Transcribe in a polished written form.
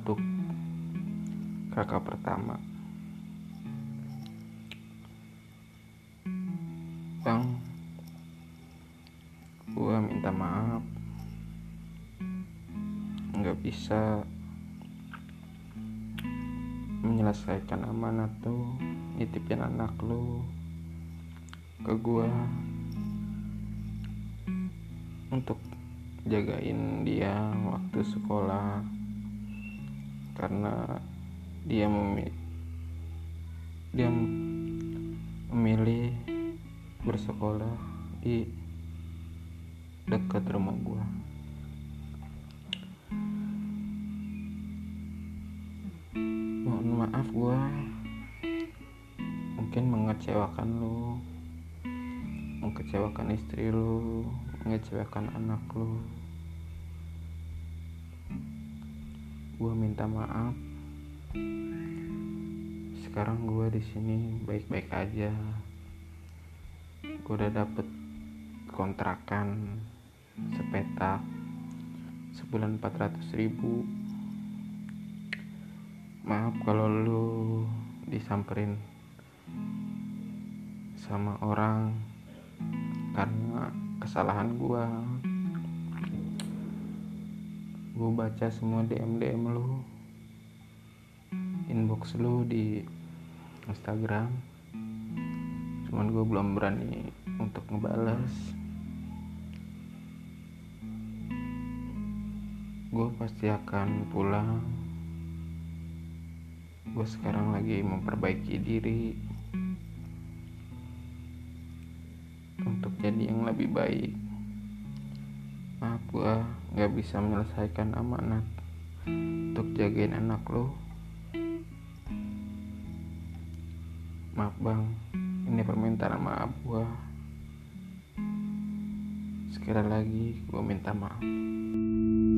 untuk kakak pertama. Bang, gua minta maaf, nggak bisa menyelesaikan amanat tuh nitipin anak lu ke gua untuk jagain dia waktu sekolah, karena dia memilih bersekolah di dekat rumah gua. Mohon maaf, gua mungkin mengecewakan lu, mengecewakan istri lu, mengecewakan anak lu. Gua minta maaf. Sekarang gua di sini baik-baik aja. Gua udah dapet kontrakan sepetak sebulan 400.000. Maaf kalau lu disamperin sama orang karena kesalahan gua baca semua DM lu, inbox lu di Instagram, cuman gua belum berani untuk ngebales. Gua pasti akan pulang. Gua sekarang lagi memperbaiki diri untuk jadi yang lebih baik. Maaf, gua gak bisa menyelesaikan amanat untuk jagain anak lo. Maaf bang, ini permintaan maaf gua. Sekali lagi gua minta maaf.